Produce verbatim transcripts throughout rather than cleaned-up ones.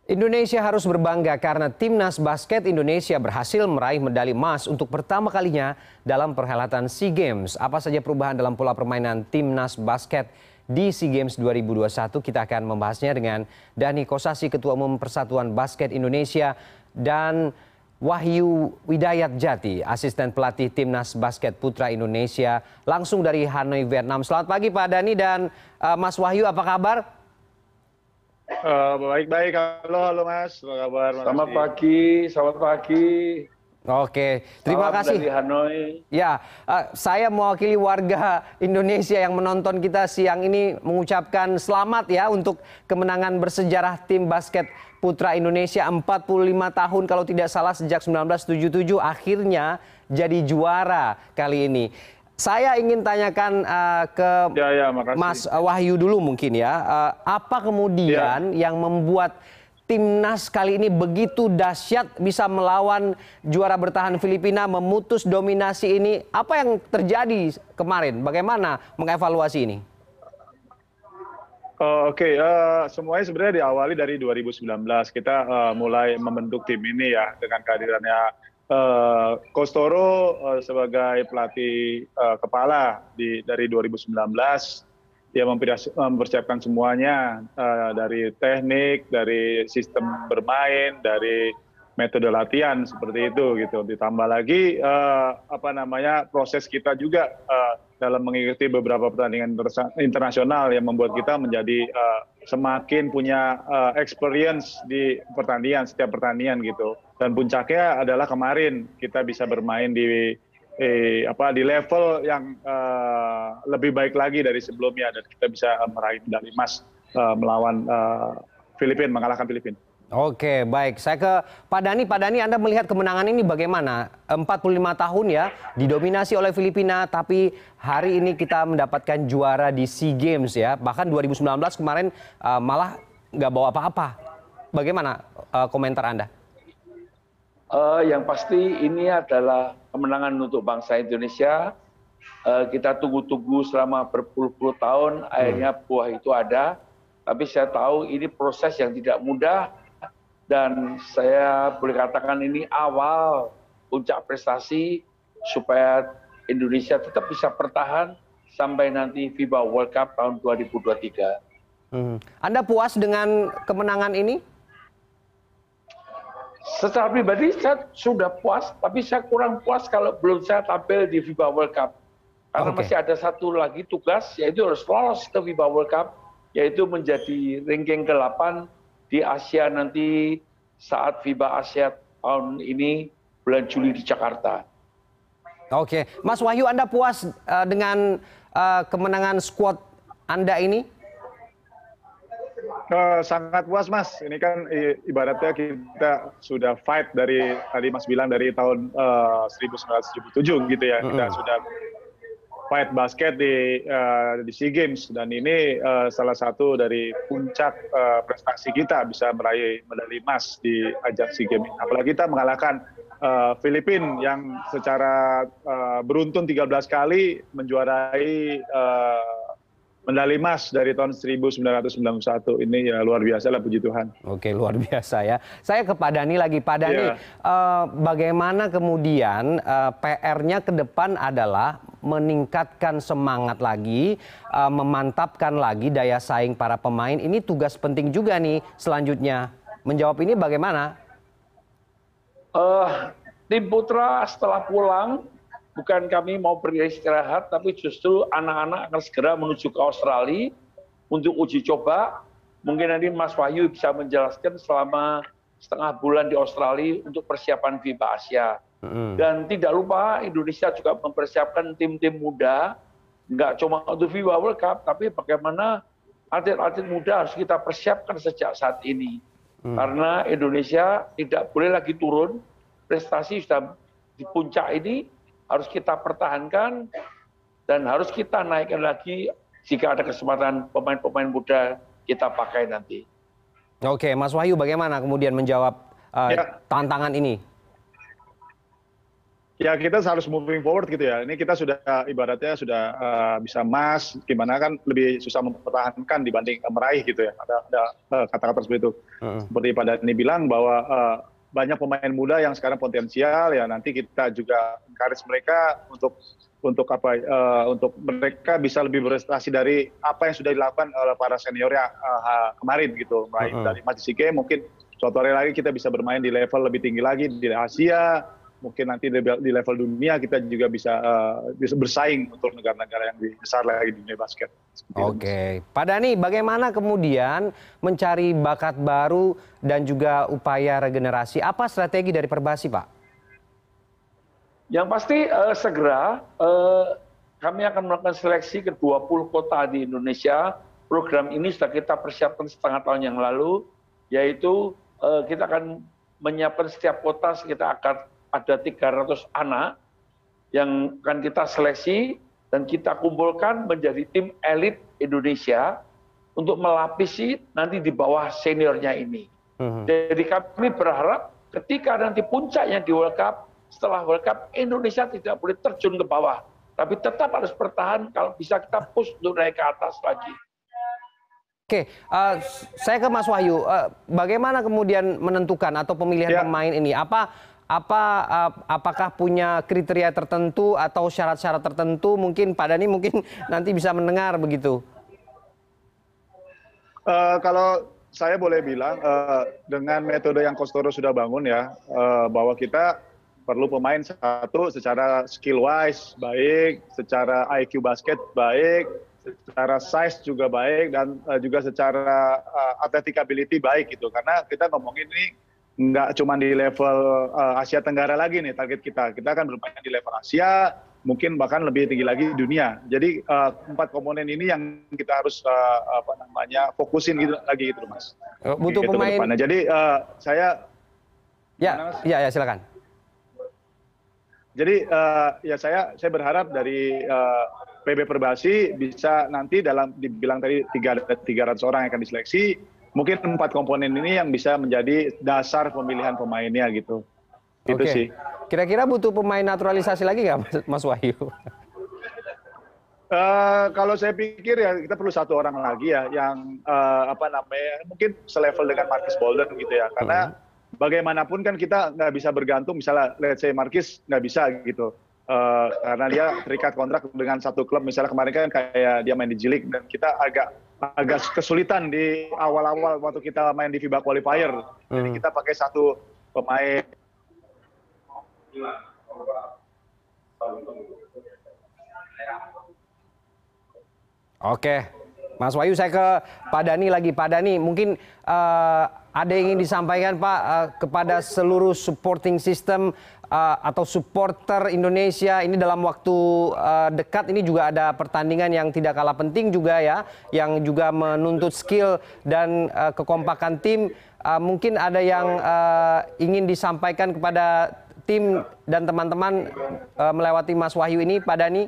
Indonesia harus berbangga karena Timnas Basket Indonesia berhasil meraih medali emas untuk pertama kalinya dalam perhelatan SEA Games. Apa saja perubahan dalam pola permainan Timnas Basket di SEA Games dua ribu dua puluh satu? Kita akan membahasnya dengan Dhani Kosasi, Ketua Umum Persatuan Basket Indonesia, dan Wahyu Widayat Jati, Asisten Pelatih Timnas Basket Putra Indonesia, langsung dari Hanoi, Vietnam. Selamat pagi Pak Dhani dan uh, Mas Wahyu, apa kabar? Baik-baik, uh, halo, halo Mas, apa kabar? Selamat pagi, selamat pagi. Oke, terima Salam kasih. Dari Hanoi. Ya, uh, saya mewakili warga Indonesia yang menonton kita siang ini mengucapkan selamat ya untuk kemenangan bersejarah tim basket putra Indonesia empat puluh lima tahun kalau tidak salah sejak seribu sembilan ratus tujuh puluh tujuh akhirnya jadi juara kali ini. Saya ingin tanyakan uh, ke ya, ya, Mas Wahyu dulu mungkin ya, uh, apa kemudian ya. yang membuat Timnas kali ini begitu dahsyat bisa melawan juara bertahan Filipina, memutus dominasi ini? Apa yang terjadi kemarin? Bagaimana mengevaluasi ini? Uh, Oke, okay. uh, semuanya sebenarnya diawali dari dua ribu sembilan belas. Kita uh, mulai membentuk tim ini ya dengan kehadirannya Uh, Coach Toro uh, sebagai pelatih uh, kepala di, dari dua ribu sembilan belas, dia mempersiapkan semuanya uh, dari teknik, dari sistem bermain, dari metode latihan seperti itu gitu. Ditambah lagi uh, apa namanya proses kita juga uh, dalam mengikuti beberapa pertandingan internasional yang membuat kita menjadi uh, semakin punya uh, experience di pertandingan, setiap pertandingan gitu. Dan puncaknya adalah kemarin kita bisa bermain di eh, apa di level yang uh, lebih baik lagi dari sebelumnya dan kita bisa meraih medali emas uh, melawan uh, Filipina, mengalahkan Filipina. Oke, baik. Saya ke Pak Dhani. Pak Dhani, Anda melihat kemenangan ini bagaimana? empat puluh lima tahun ya, didominasi oleh Filipina, tapi hari ini kita mendapatkan juara di SEA Games ya. Bahkan dua ribu sembilan belas kemarin uh, malah nggak bawa apa-apa. Bagaimana uh, komentar Anda? Uh, yang pasti ini adalah kemenangan untuk bangsa Indonesia. Uh, kita tunggu-tunggu selama berpuluh-puluh tahun, akhirnya buah itu ada. Tapi saya tahu ini proses yang tidak mudah. Dan saya boleh katakan ini awal puncak prestasi supaya Indonesia tetap bisa bertahan sampai nanti FIBA World Cup tahun dua ribu dua puluh tiga. Hmm. Anda puas dengan kemenangan ini? Secara pribadi saya sudah puas, tapi saya kurang puas kalau belum saya tampil di FIBA World Cup. Karena okay. masih ada satu lagi tugas, yaitu harus lolos ke FIBA World Cup, yaitu menjadi ranking ke delapan di Asia nanti saat FIBA Asia tahun ini bulan Juli di Jakarta. Oke, Mas Wahyu, Anda puas uh, dengan uh, kemenangan skuad Anda ini? Uh, sangat puas Mas, ini kan ibaratnya kita sudah fight dari tadi Mas bilang dari tahun uh, seribu sembilan ratus tujuh puluh tujuh gitu ya, mm-hmm. kita sudah fight basket di uh, di SEA Games dan ini uh, salah satu dari puncak uh, prestasi kita bisa meraih medali emas di ajang SEA Games. Apalagi kita mengalahkan uh, Filipina yang secara uh, beruntun tiga belas kali menjuarai uh, medali emas dari tahun seribu sembilan ratus sembilan puluh satu. Ini ya luar biasa lah, puji Tuhan. Oke, luar biasa ya. Saya ke Pak Dhani lagi. Pak Dhani, yeah. uh, bagaimana kemudian uh, P R-nya ke depan adalah meningkatkan semangat lagi, uh, memantapkan lagi daya saing para pemain. Ini tugas penting juga nih selanjutnya. Menjawab ini bagaimana? Uh, tim putra setelah pulang, bukan kami mau beristirahat, tapi justru anak-anak akan segera menuju ke Australia untuk uji coba. Mungkin nanti Mas Wahyu bisa menjelaskan selama setengah bulan di Australia untuk persiapan FIBA Asia. Mm-hmm. Dan tidak lupa Indonesia juga mempersiapkan tim-tim muda, nggak cuma untuk FIBA World Cup, tapi bagaimana atlet-atlet muda harus kita persiapkan sejak saat ini. Mm. Karena Indonesia tidak boleh lagi turun, prestasi sudah di puncak ini, harus kita pertahankan dan harus kita naikkan lagi jika ada kesempatan pemain-pemain muda kita pakai nanti. Oke, Mas Wahyu bagaimana kemudian menjawab uh, ya. tantangan ini? ya kita harus moving forward gitu ya. Ini kita sudah ibaratnya sudah uh, bisa emas, gimana kan lebih susah mempertahankan dibanding uh, meraih gitu ya. Ada ada uh, kata-kata seperti itu. Uh-huh. Seperti Pak Dhani bilang bahwa uh, banyak pemain muda yang sekarang potensial ya, nanti kita juga encourage mereka untuk untuk apa uh, untuk mereka bisa lebih berprestasi dari apa yang sudah dilakukan oleh para seniornya uh, kemarin gitu. Mulai uh-huh. dari Mas Sike, mungkin suatu hari lagi kita bisa bermain di level lebih tinggi lagi di Asia. Mungkin nanti di level dunia kita juga bisa, uh, bisa bersaing untuk negara-negara yang lebih besar lagi di dunia basket. Oke, Pak Dhani, bagaimana kemudian mencari bakat baru dan juga upaya regenerasi? Apa strategi dari Perbasi, Pak? Yang pasti uh, segera uh, kami akan melakukan seleksi ke dua puluh kota di Indonesia. Program ini sudah kita persiapkan setengah tahun yang lalu, yaitu uh, kita akan menyiapkan setiap kota kita akan ada tiga ratus anak yang akan kita seleksi dan kita kumpulkan menjadi tim elit Indonesia untuk melapisi nanti di bawah seniornya ini. Uh-huh. Jadi kami berharap ketika nanti puncaknya di World Cup, setelah World Cup Indonesia tidak boleh terjun ke bawah, tapi tetap harus bertahan, kalau bisa kita push untuk naik ke atas lagi. Oke, uh, saya ke Mas Wahyu. Uh, bagaimana kemudian menentukan atau pemilihan ya. pemain ini? Apa apa uh, apakah punya kriteria tertentu atau syarat-syarat tertentu? Mungkin Pak Dhani mungkin nanti bisa mendengar begitu. Uh, kalau saya boleh bilang uh, dengan metode yang Costoro sudah bangun ya, uh, bahwa kita perlu pemain satu secara skill wise baik, secara I Q basket baik, secara size juga baik, dan uh, juga secara uh, athletic ability baik gitu. Karena kita ngomongin ini nggak cuma di level uh, Asia Tenggara lagi nih target kita. Kita akan bermain di level Asia, mungkin bahkan lebih tinggi lagi di dunia. Jadi uh, empat komponen ini yang kita harus uh, apa namanya fokusin gitu lagi gitu, Mas. Butuh gitu pemain. Depannya. Jadi uh, saya ya, ya, ya silakan. Jadi uh, ya saya saya berharap dari uh, P B Perbasi bisa nanti dalam dibilang tadi tiga ratus orang yang akan diseleksi, mungkin empat komponen ini yang bisa menjadi dasar pemilihan pemainnya gitu. Itu Oke. sih. Kira-kira butuh pemain naturalisasi lagi nggak, Mas Wahyu? Uh, kalau saya pikir ya kita perlu satu orang lagi ya yang uh, apa namanya mungkin selevel dengan Marcus Bolden gitu ya, karena hmm. bagaimanapun kan kita nggak bisa bergantung, misalnya let's say Marcus nggak bisa gitu. Uh, karena dia terikat kontrak dengan satu klub, misalnya kemarin kan kayak dia main di G-League, dan kita agak agak kesulitan di awal-awal waktu kita main di FIBA Qualifier. Hmm. Jadi kita pakai satu pemain. Oke, Mas Wahyu, saya ke Pak Dhani lagi. Pak Dhani, mungkin uh, ada yang ingin disampaikan Pak uh, kepada seluruh supporting system uh, atau supporter Indonesia ini dalam waktu uh, dekat ini juga ada pertandingan yang tidak kalah penting juga ya, yang juga menuntut skill dan uh, kekompakan tim. Uh, mungkin ada yang uh, ingin disampaikan kepada tim dan teman-teman uh, melewati Mas Wahyu ini, Pak Dhani?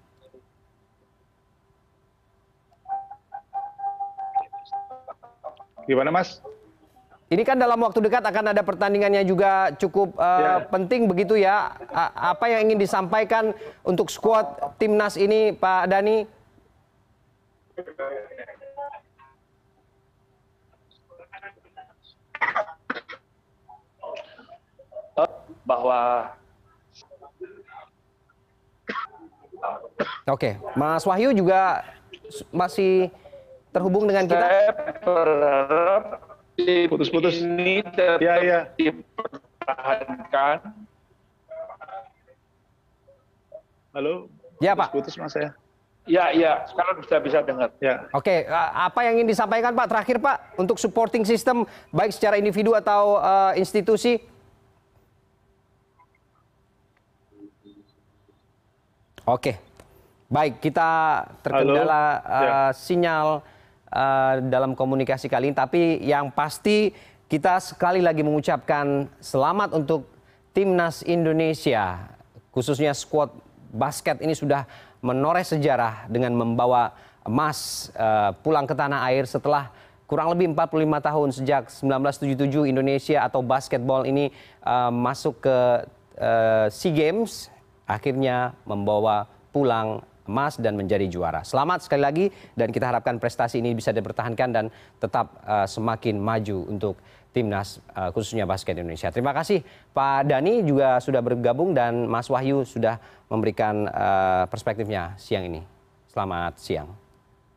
Gimana, Mas? Ini kan dalam waktu dekat akan ada pertandingannya juga cukup uh, ya. penting begitu ya. A apa yang ingin disampaikan untuk skuad timnas ini, Pak Dhani? Bahwa Oke, Mas Wahyu juga masih terhubung dengan kita. Saya berharap putus-putus ini tetap ya, ya. dipertahankan. Halo? Ya, Pak. Putus, Mas ya. Ya, ya. Sekarang sudah bisa dengar. Ya. Oke, apa yang ingin disampaikan Pak terakhir Pak untuk supporting system baik secara individu atau uh, institusi? Oke, baik, kita terkendala uh, ya. sinyal uh, dalam komunikasi kali ini, tapi yang pasti kita sekali lagi mengucapkan selamat untuk timnas Indonesia, khususnya skuad basket ini sudah menoreh sejarah dengan membawa emas uh, pulang ke tanah air setelah kurang lebih empat puluh lima tahun sejak seribu sembilan ratus tujuh puluh tujuh Indonesia atau basketball ini uh, masuk ke uh, SEA Games akhirnya membawa pulang emas dan menjadi juara. Selamat sekali lagi dan kita harapkan prestasi ini bisa dipertahankan dan tetap uh, semakin maju untuk timnas uh, khususnya basket Indonesia. Terima kasih Pak Dhani juga sudah bergabung dan Mas Wahyu sudah memberikan uh, perspektifnya siang ini. Selamat siang.